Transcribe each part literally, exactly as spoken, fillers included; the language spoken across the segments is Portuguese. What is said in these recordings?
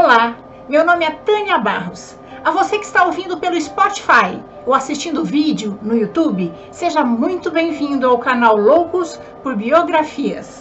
Olá, meu nome é Tânia Barros. A você que está ouvindo pelo Spotify ou assistindo vídeo no YouTube, seja muito bem-vindo ao canal Loucos por Biografias.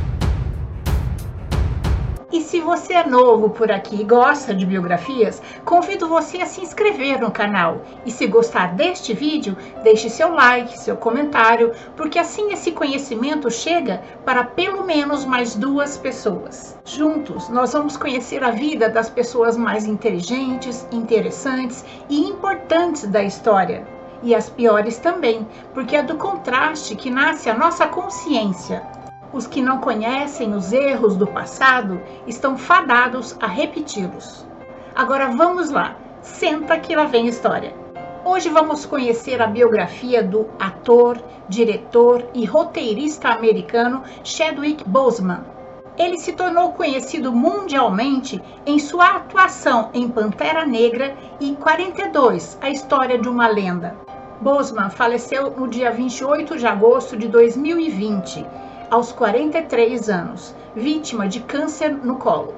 E se você é novo por aqui e gosta de biografias, convido você a se inscrever no canal. E se gostar deste vídeo, deixe seu like, seu comentário, porque assim esse conhecimento chega para pelo menos mais duas pessoas. Juntos, nós vamos conhecer a vida das pessoas mais inteligentes, interessantes e importantes da história. E as piores também, porque é do contraste que nasce a nossa consciência. Os que não conhecem os erros do passado estão fadados a repeti-los. Agora vamos lá, senta que lá vem história. Hoje vamos conhecer a biografia do ator, diretor e roteirista americano Chadwick Boseman. Ele se tornou conhecido mundialmente em sua atuação em Pantera Negra e quarenta e dois, A História de uma Lenda. Boseman faleceu no dia vinte e oito de agosto de dois mil e vinte, aos quarenta e três anos, vítima de câncer no colo.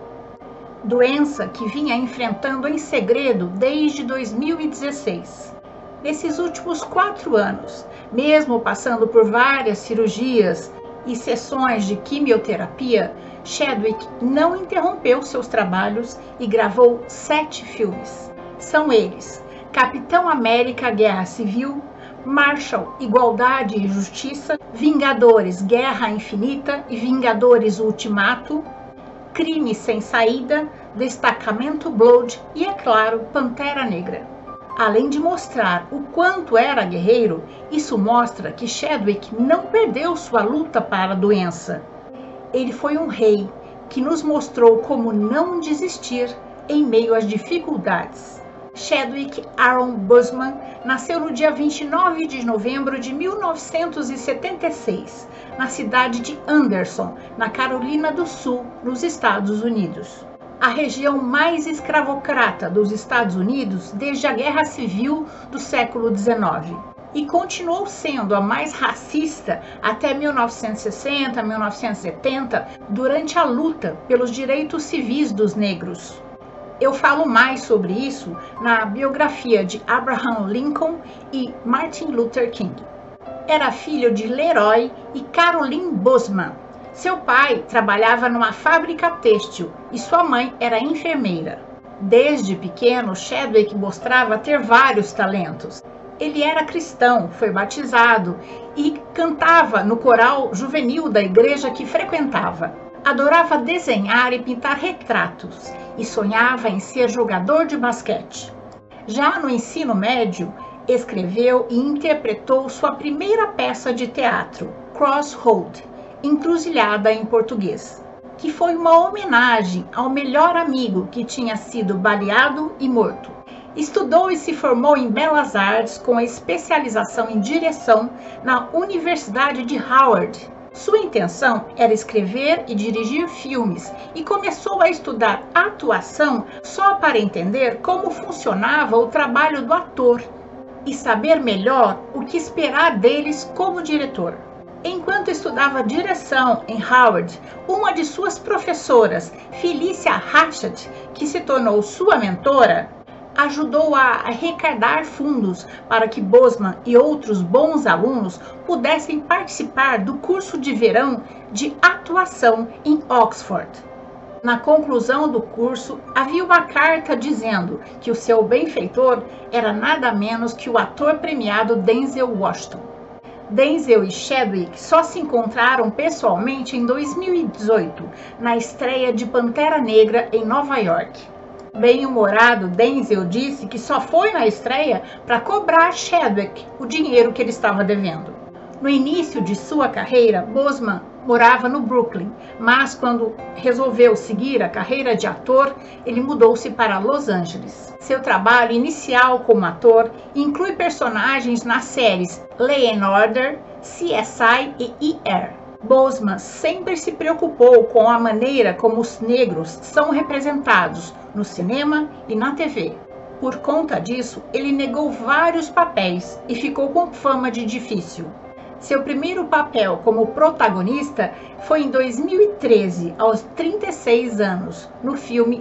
Doença que vinha enfrentando em segredo desde dois mil e dezesseis. Nesses últimos quatro anos, mesmo passando por várias cirurgias e sessões de quimioterapia, Chadwick não interrompeu seus trabalhos e gravou sete filmes. São eles: Capitão América Guerra Civil, Marshall, Igualdade e Justiça, Vingadores, Guerra Infinita e Vingadores Ultimato, Crime Sem Saída, Destacamento Blood e, é claro, Pantera Negra. Além de mostrar o quanto era guerreiro, isso mostra que Chadwick não perdeu sua luta para a doença. Ele foi um rei que nos mostrou como não desistir em meio às dificuldades. Chadwick Aaron Boseman nasceu no dia vinte e nove de novembro de mil novecentos e setenta e seis, na cidade de Anderson, na Carolina do Sul, nos Estados Unidos. A região mais escravocrata dos Estados Unidos desde a Guerra Civil do século dezenove. E continuou sendo a mais racista até mil novecentos e sessenta, mil novecentos e setenta, durante a luta pelos direitos civis dos negros. Eu falo mais sobre isso na biografia de Abraham Lincoln e Martin Luther King. Era filho de Leroy e Caroline Boseman. Seu pai trabalhava numa fábrica têxtil e sua mãe era enfermeira. Desde pequeno, Chadwick mostrava ter vários talentos. Ele era cristão, foi batizado e cantava no coral juvenil da igreja que frequentava. Adorava desenhar e pintar retratos e sonhava em ser jogador de basquete. Já no ensino médio, escreveu e interpretou sua primeira peça de teatro, Crossroad, Encruzilhada em português, que foi uma homenagem ao melhor amigo que tinha sido baleado e morto. Estudou e se formou em Belas Artes com a especialização em direção na Universidade de Howard. Sua intenção era escrever e dirigir filmes e começou a estudar atuação só para entender como funcionava o trabalho do ator e saber melhor o que esperar deles como diretor. Enquanto estudava direção em Howard, uma de suas professoras, Felicia Rashad, que se tornou sua mentora, ajudou a arrecadar fundos para que Boseman e outros bons alunos pudessem participar do curso de verão de atuação em Oxford. Na conclusão do curso, havia uma carta dizendo que o seu benfeitor era nada menos que o ator premiado Denzel Washington. Denzel e Chadwick só se encontraram pessoalmente em dois mil e dezoito, na estreia de Pantera Negra em Nova York. Bem-humorado, Denzel disse que só foi na estreia para cobrar Chadwick o dinheiro que ele estava devendo. No início de sua carreira, Boseman morava no Brooklyn, mas quando resolveu seguir a carreira de ator, ele mudou-se para Los Angeles. Seu trabalho inicial como ator inclui personagens nas séries Law and Order, C S I e E R. Boseman sempre se preocupou com a maneira como os negros são representados no cinema e na T V. Por conta disso, ele negou vários papéis e ficou com fama de difícil. Seu primeiro papel como protagonista foi em dois mil e treze, aos trinta e seis anos, no filme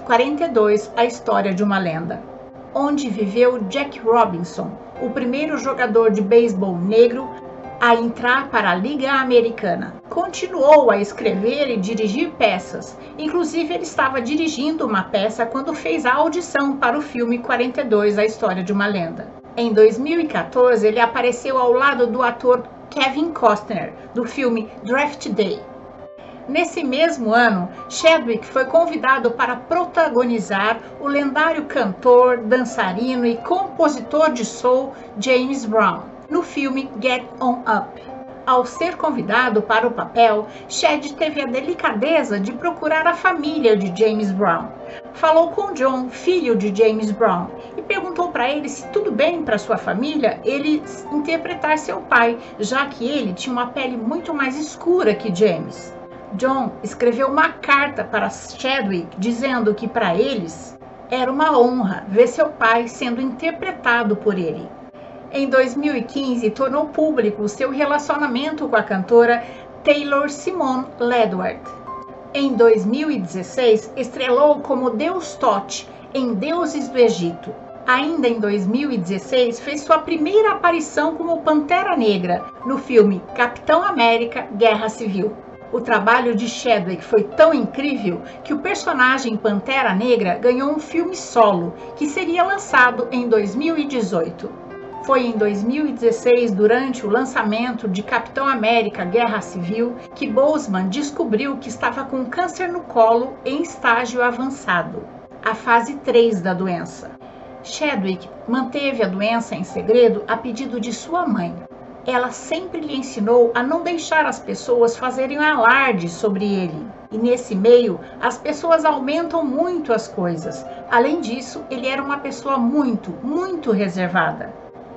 quarenta e dois, A História de uma Lenda, onde viveu Jack Robinson, o primeiro jogador de beisebol negro a entrar para a Liga Americana. Continuou a escrever e dirigir peças, inclusive ele estava dirigindo uma peça quando fez a audição para o filme quarenta e dois, A História de uma Lenda. Em dois mil e quatorze, ele apareceu ao lado do ator Kevin Costner, do filme Draft Day. Nesse mesmo ano, Chadwick foi convidado para protagonizar o lendário cantor, dançarino e compositor de soul James Brown, no filme Get On Up. Ao ser convidado para o papel, Chad teve a delicadeza de procurar a família de James Brown. Falou com John, filho de James Brown, e perguntou para ele se tudo bem para sua família ele interpretar seu pai, já que ele tinha uma pele muito mais escura que James. John escreveu uma carta para Chadwick dizendo que para eles era uma honra ver seu pai sendo interpretado por ele. Em dois mil e quinze, tornou público seu relacionamento com a cantora Taylor Simone Ledward. Em dois mil e dezesseis, estrelou como Deus Tote em Deuses do Egito. Ainda em dois mil e dezesseis, fez sua primeira aparição como Pantera Negra no filme Capitão América Guerra Civil. O trabalho de Chadwick foi tão incrível que o personagem Pantera Negra ganhou um filme solo, que seria lançado em dois mil e dezoito. Foi em dois mil e dezesseis, durante o lançamento de Capitão América Guerra Civil, que Boseman descobriu que estava com câncer no colo em estágio avançado, a fase três da doença. Chadwick manteve a doença em segredo a pedido de sua mãe. Ela sempre lhe ensinou a não deixar as pessoas fazerem alarde sobre ele. E nesse meio, as pessoas aumentam muito as coisas. Além disso, ele era uma pessoa muito, muito reservada.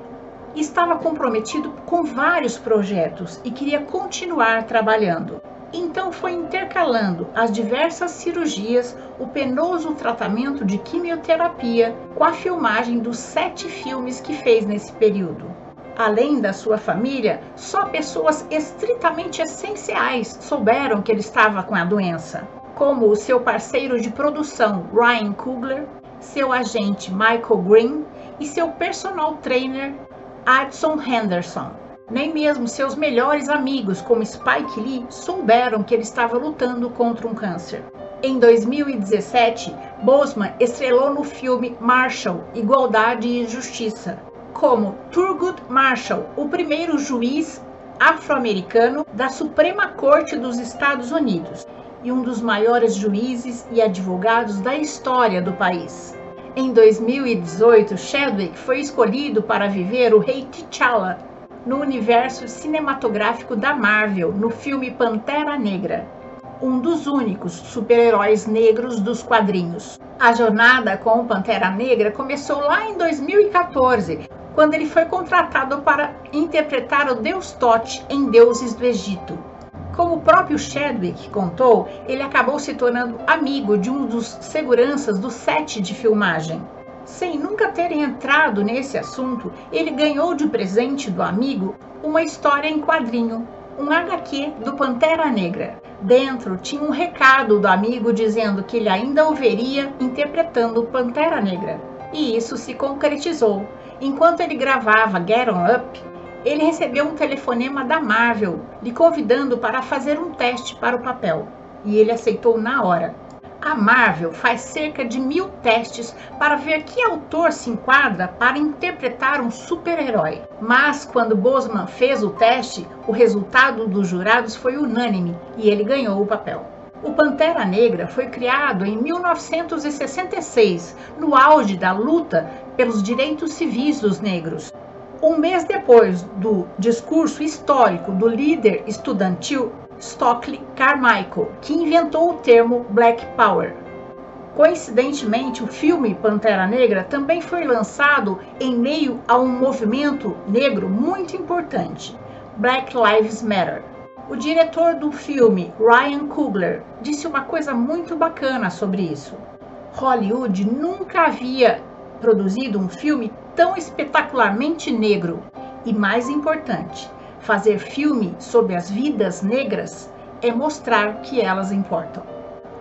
Estava comprometido com vários projetos e queria continuar trabalhando. Então foi intercalando as diversas cirurgias, o penoso tratamento de quimioterapia, com a filmagem dos sete filmes que fez nesse período. Além da sua família, só pessoas estritamente essenciais souberam que ele estava com a doença, como o seu parceiro de produção Ryan Coogler, seu agente Michael Green e seu personal trainer Adson Henderson. Nem mesmo seus melhores amigos, como Spike Lee, souberam que ele estava lutando contra um câncer. Em dois mil e dezessete, Boseman estrelou no filme Marshall, Igualdade e Justiça, como Thurgood Marshall, o primeiro juiz afro-americano da Suprema Corte dos Estados Unidos e um dos maiores juízes e advogados da história do país. Em dois mil e dezoito, Chadwick foi escolhido para viver o Rei T'Challa no universo cinematográfico da Marvel, no filme Pantera Negra, um dos únicos super-heróis negros dos quadrinhos. A jornada com o Pantera Negra começou lá em dois mil e quatorze, quando ele foi contratado para interpretar o Deus Tote em Deuses do Egito. Como o próprio Chadwick contou, ele acabou se tornando amigo de um dos seguranças do set de filmagem. Sem nunca ter entrado nesse assunto, ele ganhou de presente do amigo uma história em quadrinho, um agá quê do Pantera Negra. Dentro tinha um recado do amigo dizendo que ele ainda o veria interpretando o Pantera Negra. E isso se concretizou. Enquanto ele gravava Get On Up, ele recebeu um telefonema da Marvel, lhe convidando para fazer um teste para o papel. E ele aceitou na hora. A Marvel faz cerca de mil testes para ver que autor se enquadra para interpretar um super-herói. Mas quando Boseman fez o teste, o resultado dos jurados foi unânime e ele ganhou o papel. O Pantera Negra foi criado em mil novecentos e sessenta e seis, no auge da luta pelos direitos civis dos negros. Um mês depois do discurso histórico do líder estudantil Stokely Carmichael, que inventou o termo Black Power. Coincidentemente, o filme Pantera Negra também foi lançado em meio a um movimento negro muito importante, Black Lives Matter. O diretor do filme, Ryan Coogler, disse uma coisa muito bacana sobre isso. Hollywood nunca havia produzido um filme tão espetacularmente negro e, mais importante, fazer filme sobre as vidas negras é mostrar que elas importam.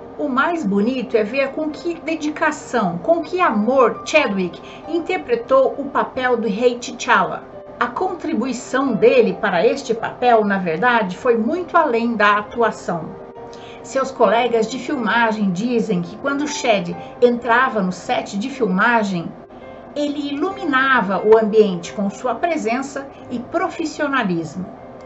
O mais bonito é ver com que dedicação, com que amor Chadwick interpretou o papel do rei T'Challa. A contribuição dele para este papel, na verdade, foi muito além da atuação. Seus colegas de filmagem dizem que quando Chad entrava no set de filmagem, ele iluminava o ambiente com sua presença e profissionalismo.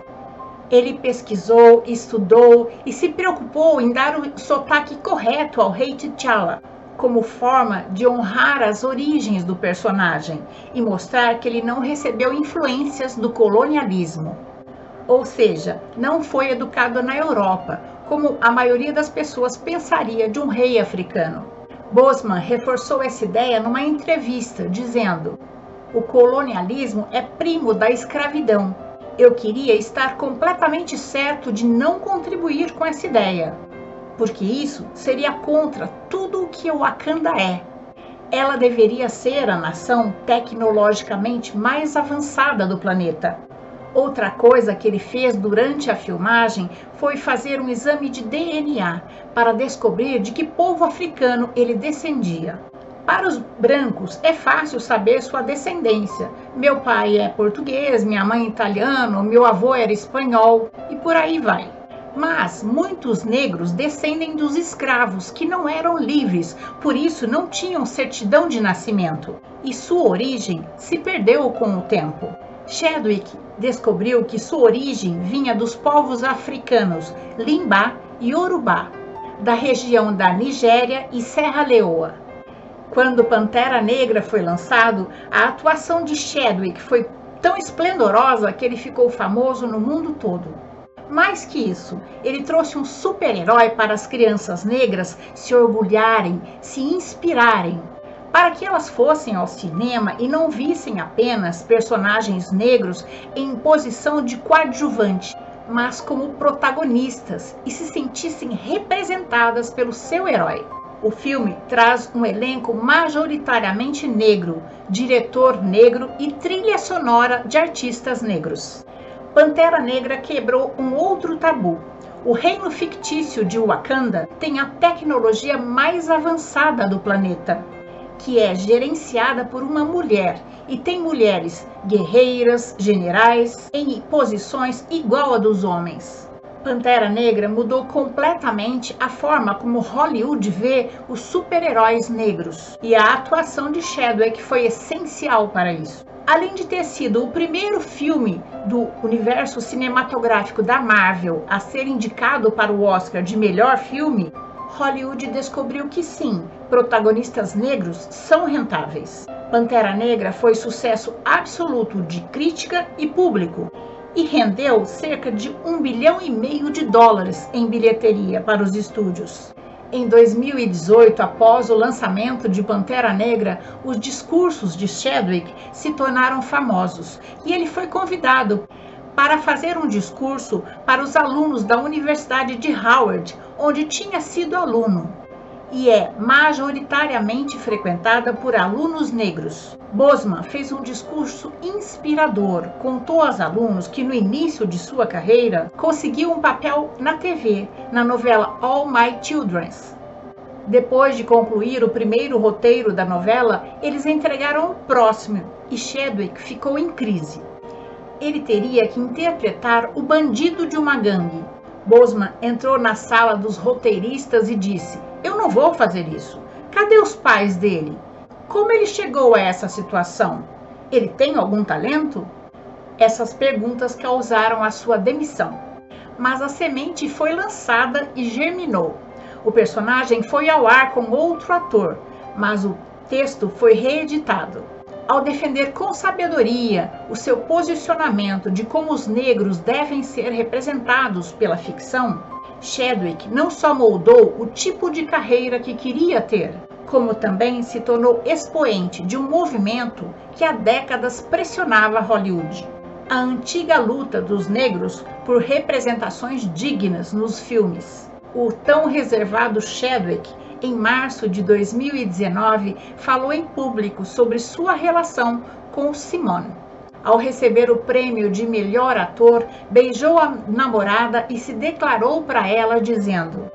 Ele pesquisou, estudou e se preocupou em dar o sotaque correto ao rei T'Challa, como forma de honrar as origens do personagem e mostrar que ele não recebeu influências do colonialismo. Ou seja, não foi educado na Europa, como a maioria das pessoas pensaria de um rei africano. Boseman reforçou essa ideia numa entrevista, dizendo: "O colonialismo é primo da escravidão. Eu queria estar completamente certo de não contribuir com essa ideia, porque isso seria contra tudo o que o Wakanda é. Ela deveria ser a nação tecnologicamente mais avançada do planeta." Outra coisa que ele fez durante a filmagem foi fazer um exame de D N A para descobrir de que povo africano ele descendia. Para os brancos é fácil saber sua descendência. Meu pai é português, minha mãe é italiano, meu avô era espanhol e por aí vai. Mas muitos negros descendem dos escravos que não eram livres, por isso não tinham certidão de nascimento. E sua origem se perdeu com o tempo. Chadwick descobriu que sua origem vinha dos povos africanos Limbá e Yorubá, da região da Nigéria e Serra Leoa. Quando Pantera Negra foi lançado, a atuação de Chadwick foi tão esplendorosa que ele ficou famoso no mundo todo. Mais que isso, ele trouxe um super-herói para as crianças negras se orgulharem, se inspirarem, para que elas fossem ao cinema e não vissem apenas personagens negros em posição de coadjuvante, mas como protagonistas e se sentissem representadas pelo seu herói. O filme traz um elenco majoritariamente negro, diretor negro e trilha sonora de artistas negros. Pantera Negra quebrou um outro tabu. O reino fictício de Wakanda tem a tecnologia mais avançada do planeta, que é gerenciada por uma mulher, e tem mulheres guerreiras, generais, em posições igual a dos homens. Pantera Negra mudou completamente a forma como Hollywood vê os super-heróis negros, e a atuação de Chadwick foi essencial para isso. Além de ter sido o primeiro filme do universo cinematográfico da Marvel a ser indicado para o Oscar de melhor filme, Hollywood descobriu que sim, protagonistas negros são rentáveis. Pantera Negra foi sucesso absoluto de crítica e público e rendeu cerca de um bilhão e meio de dólares em bilheteria para os estúdios. Em dois mil e dezoito, após o lançamento de Pantera Negra, os discursos de Chadwick se tornaram famosos e ele foi convidado para fazer um discurso para os alunos da Universidade de Howard, onde tinha sido aluno, e é majoritariamente frequentada por alunos negros. Boseman fez um discurso inspirador, contou aos alunos que no início de sua carreira conseguiu um papel na T V, na novela All My Children. Depois de concluir o primeiro roteiro da novela, eles entregaram o próximo e Chadwick ficou em crise. Ele teria que interpretar o bandido de uma gangue. Boseman entrou na sala dos roteiristas e disse: "Eu não vou fazer isso. Cadê os pais dele? Como ele chegou a essa situação? Ele tem algum talento?" Essas perguntas causaram a sua demissão. Mas a semente foi lançada e germinou. O personagem foi ao ar com outro ator, mas o texto foi reeditado. Ao defender com sabedoria o seu posicionamento de como os negros devem ser representados pela ficção, Chadwick não só moldou o tipo de carreira que queria ter, como também se tornou expoente de um movimento que há décadas pressionava Hollywood. A antiga luta dos negros por representações dignas nos filmes. O tão reservado Chadwick, em março de dois mil e dezenove, falou em público sobre sua relação com Simone. Ao receber o prêmio de melhor ator, beijou a namorada e se declarou para ela dizendo: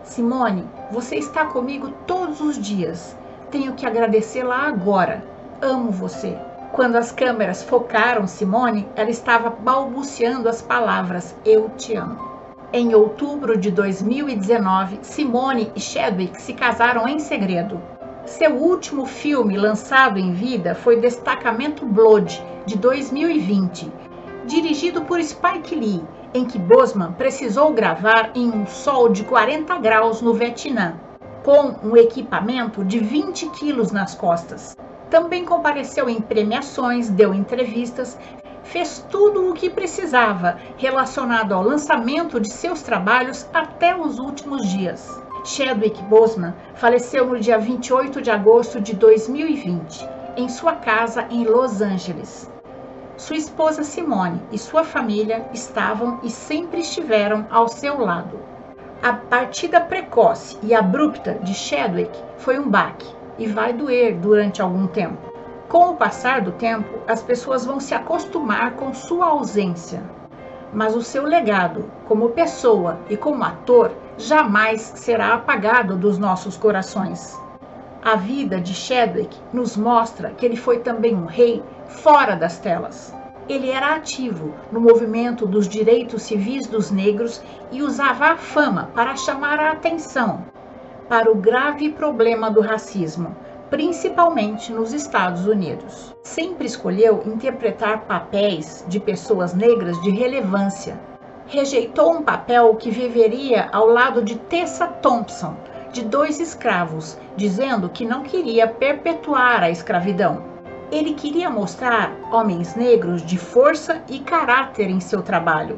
Simone, você está comigo todos os dias. Tenho que agradecê-la agora. Amo você. Quando as câmeras focaram Simone, ela estava balbuciando as palavras eu te amo. Em outubro de dois mil e dezenove, Simone e Chadwick se casaram em segredo. Seu último filme lançado em vida foi Destacamento Blood, de dois mil e vinte, dirigido por Spike Lee, em que Boseman precisou gravar em um sol de quarenta graus no Vietnã, com um equipamento de vinte quilos nas costas. Também compareceu em premiações, deu entrevistas, fez tudo o que precisava relacionado ao lançamento de seus trabalhos até os últimos dias. Chadwick Boseman faleceu no dia vinte e oito de agosto de dois mil e vinte, em sua casa em Los Angeles. Sua esposa Simone e sua família estavam e sempre estiveram ao seu lado. A partida precoce e abrupta de Chadwick foi um baque e vai doer durante algum tempo. Com o passar do tempo, as pessoas vão se acostumar com sua ausência. Mas o seu legado, como pessoa e como ator, jamais será apagado dos nossos corações. A vida de Chadwick nos mostra que ele foi também um rei fora das telas. Ele era ativo no movimento dos direitos civis dos negros e usava a fama para chamar a atenção para o grave problema do racismo, principalmente nos Estados Unidos. Sempre escolheu interpretar papéis de pessoas negras de relevância. Rejeitou um papel que viveria ao lado de Tessa Thompson, de dois escravos, dizendo que não queria perpetuar a escravidão. Ele queria mostrar homens negros de força e caráter em seu trabalho.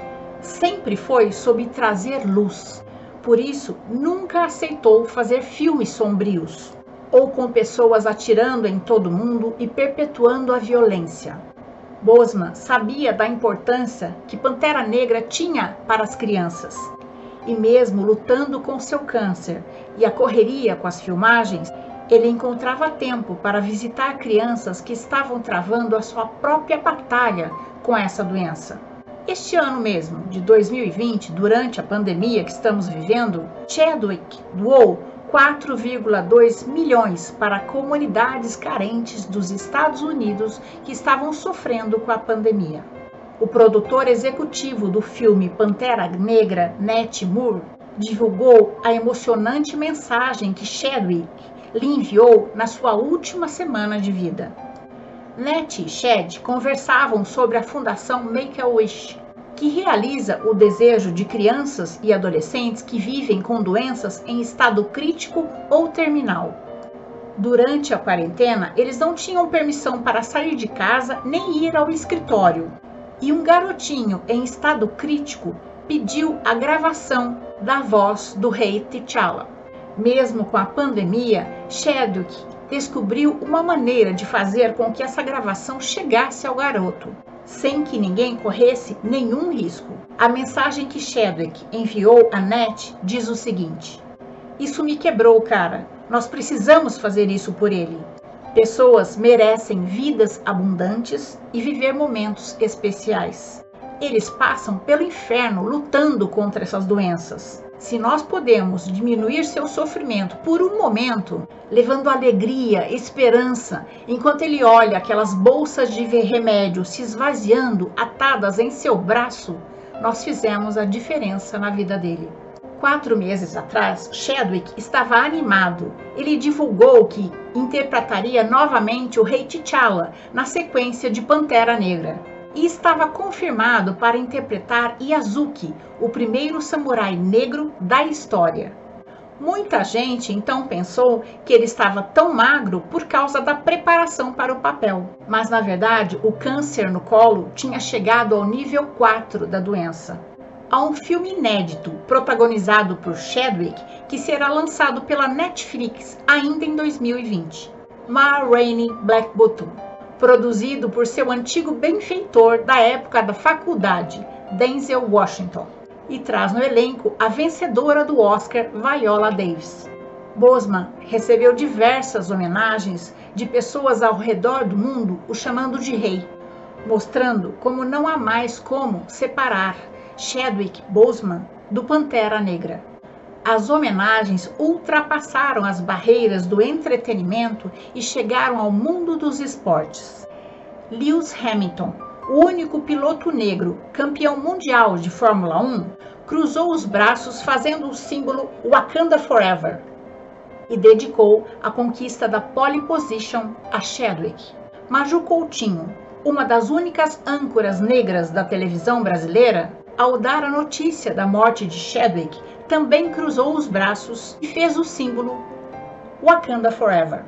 Sempre foi sobre trazer luz. Por isso, nunca aceitou fazer filmes sombrios, ou com pessoas atirando em todo mundo e perpetuando a violência. Boseman sabia da importância que Pantera Negra tinha para as crianças. E mesmo lutando com seu câncer e a correria com as filmagens, ele encontrava tempo para visitar crianças que estavam travando a sua própria batalha com essa doença. Este ano mesmo, de dois mil e vinte, durante a pandemia que estamos vivendo, Chadwick doou quatro vírgula dois milhões para comunidades carentes dos Estados Unidos que estavam sofrendo com a pandemia. O produtor executivo do filme Pantera Negra, Nate Moore, divulgou a emocionante mensagem que Chadwick lhe enviou na sua última semana de vida. Nate e Chad conversavam sobre a fundação Make-A-Wish, que realiza o desejo de crianças e adolescentes que vivem com doenças em estado crítico ou terminal. Durante a quarentena, eles não tinham permissão para sair de casa nem ir ao escritório, e um garotinho em estado crítico pediu a gravação da voz do rei T'Challa. Mesmo com a pandemia, Chadwick descobriu uma maneira de fazer com que essa gravação chegasse ao garoto, sem que ninguém corresse nenhum risco. A mensagem que Chadwick enviou a Nate diz o seguinte: "Isso me quebrou, cara. Nós precisamos fazer isso por ele. Pessoas merecem vidas abundantes e viver momentos especiais. Eles passam pelo inferno lutando contra essas doenças. Se nós podemos diminuir seu sofrimento por um momento, levando alegria, esperança, enquanto ele olha aquelas bolsas de remédio se esvaziando atadas em seu braço, nós fizemos a diferença na vida dele." Quatro meses atrás, Chadwick estava animado. Ele divulgou que interpretaria novamente o rei T'Challa na sequência de Pantera Negra. E estava confirmado para interpretar Yazuki, o primeiro samurai negro da história. Muita gente então pensou que ele estava tão magro por causa da preparação para o papel, mas na verdade o câncer no colo tinha chegado ao nível quatro da doença. Há um filme inédito protagonizado por Chadwick que será lançado pela Netflix ainda em dois mil e vinte, Ma Rainey Black Bottom, produzido por seu antigo benfeitor da época da faculdade, Denzel Washington, e traz no elenco a vencedora do Oscar, Viola Davis. Boseman recebeu diversas homenagens de pessoas ao redor do mundo o chamando de rei, mostrando como não há mais como separar Chadwick Boseman do Pantera Negra. As homenagens ultrapassaram as barreiras do entretenimento e chegaram ao mundo dos esportes. Lewis Hamilton, o único piloto negro campeão mundial de Fórmula um, cruzou os braços fazendo o símbolo Wakanda Forever e dedicou a conquista da pole position a Chadwick. Maju Coutinho, uma das únicas âncoras negras da televisão brasileira, ao dar a notícia da morte de Chadwick, também cruzou os braços e fez o símbolo Wakanda Forever.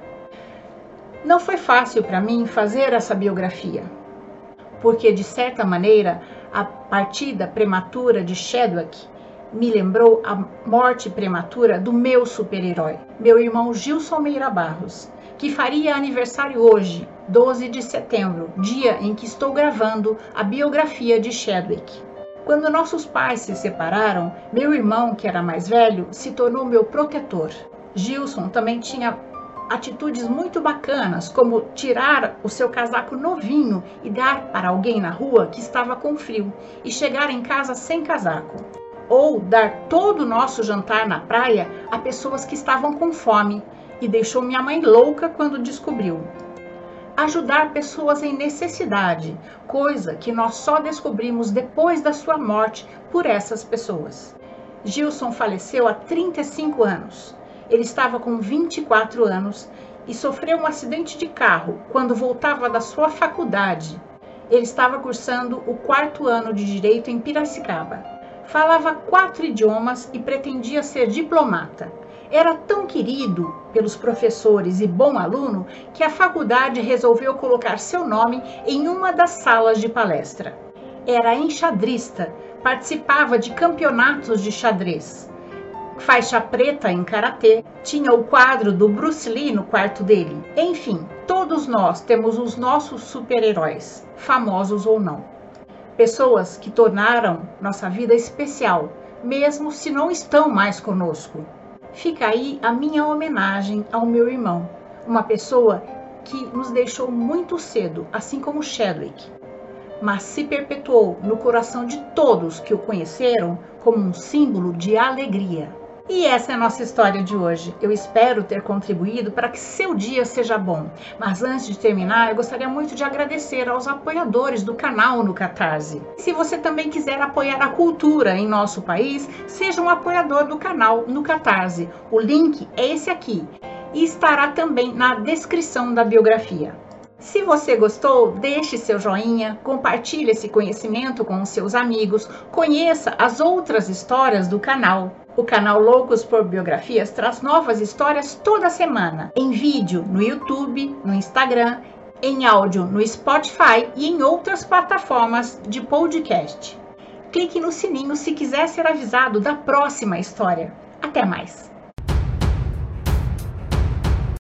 Não foi fácil para mim fazer essa biografia, porque de certa maneira a partida prematura de Chadwick me lembrou a morte prematura do meu super-herói, meu irmão Gilson Meira Barros, que faria aniversário hoje, doze de setembro, dia em que estou gravando a biografia de Chadwick. Quando nossos pais se separaram, meu irmão, que era mais velho, se tornou meu protetor. Gilson também tinha atitudes muito bacanas, como tirar o seu casaco novinho e dar para alguém na rua que estava com frio e chegar em casa sem casaco. Ou dar todo o nosso jantar na praia a pessoas que estavam com fome e deixou minha mãe louca quando descobriu. Ajudar pessoas em necessidade, coisa que nós só descobrimos depois da sua morte por essas pessoas. Gilson faleceu há trinta e cinco anos. Ele estava com vinte e quatro anos e sofreu um acidente de carro quando voltava da sua faculdade. Ele estava cursando o quarto ano de Direito em Piracicaba. Falava quatro idiomas e pretendia ser diplomata. Era tão querido pelos professores e bom aluno que a faculdade resolveu colocar seu nome em uma das salas de palestra. Era enxadrista, participava de campeonatos de xadrez. Faixa preta em karatê, tinha o quadro do Bruce Lee no quarto dele. Enfim, todos nós temos os nossos super-heróis, famosos ou não. Pessoas que tornaram nossa vida especial, mesmo se não estão mais conosco. Fica aí a minha homenagem ao meu irmão, uma pessoa que nos deixou muito cedo, assim como Chadwick, mas se perpetuou no coração de todos que o conheceram como um símbolo de alegria. E essa é a nossa história de hoje. Eu espero ter contribuído para que seu dia seja bom. Mas antes de terminar, eu gostaria muito de agradecer aos apoiadores do canal no Catarse. Se você também quiser apoiar a cultura em nosso país, seja um apoiador do canal no Catarse. O link é esse aqui e estará também na descrição da biografia. Se você gostou, deixe seu joinha, compartilhe esse conhecimento com os seus amigos, conheça as outras histórias do canal. O canal Loucos por Biografias traz novas histórias toda semana, em vídeo no YouTube, no Instagram, em áudio no Spotify e em outras plataformas de podcast. Clique no sininho se quiser ser avisado da próxima história. Até mais!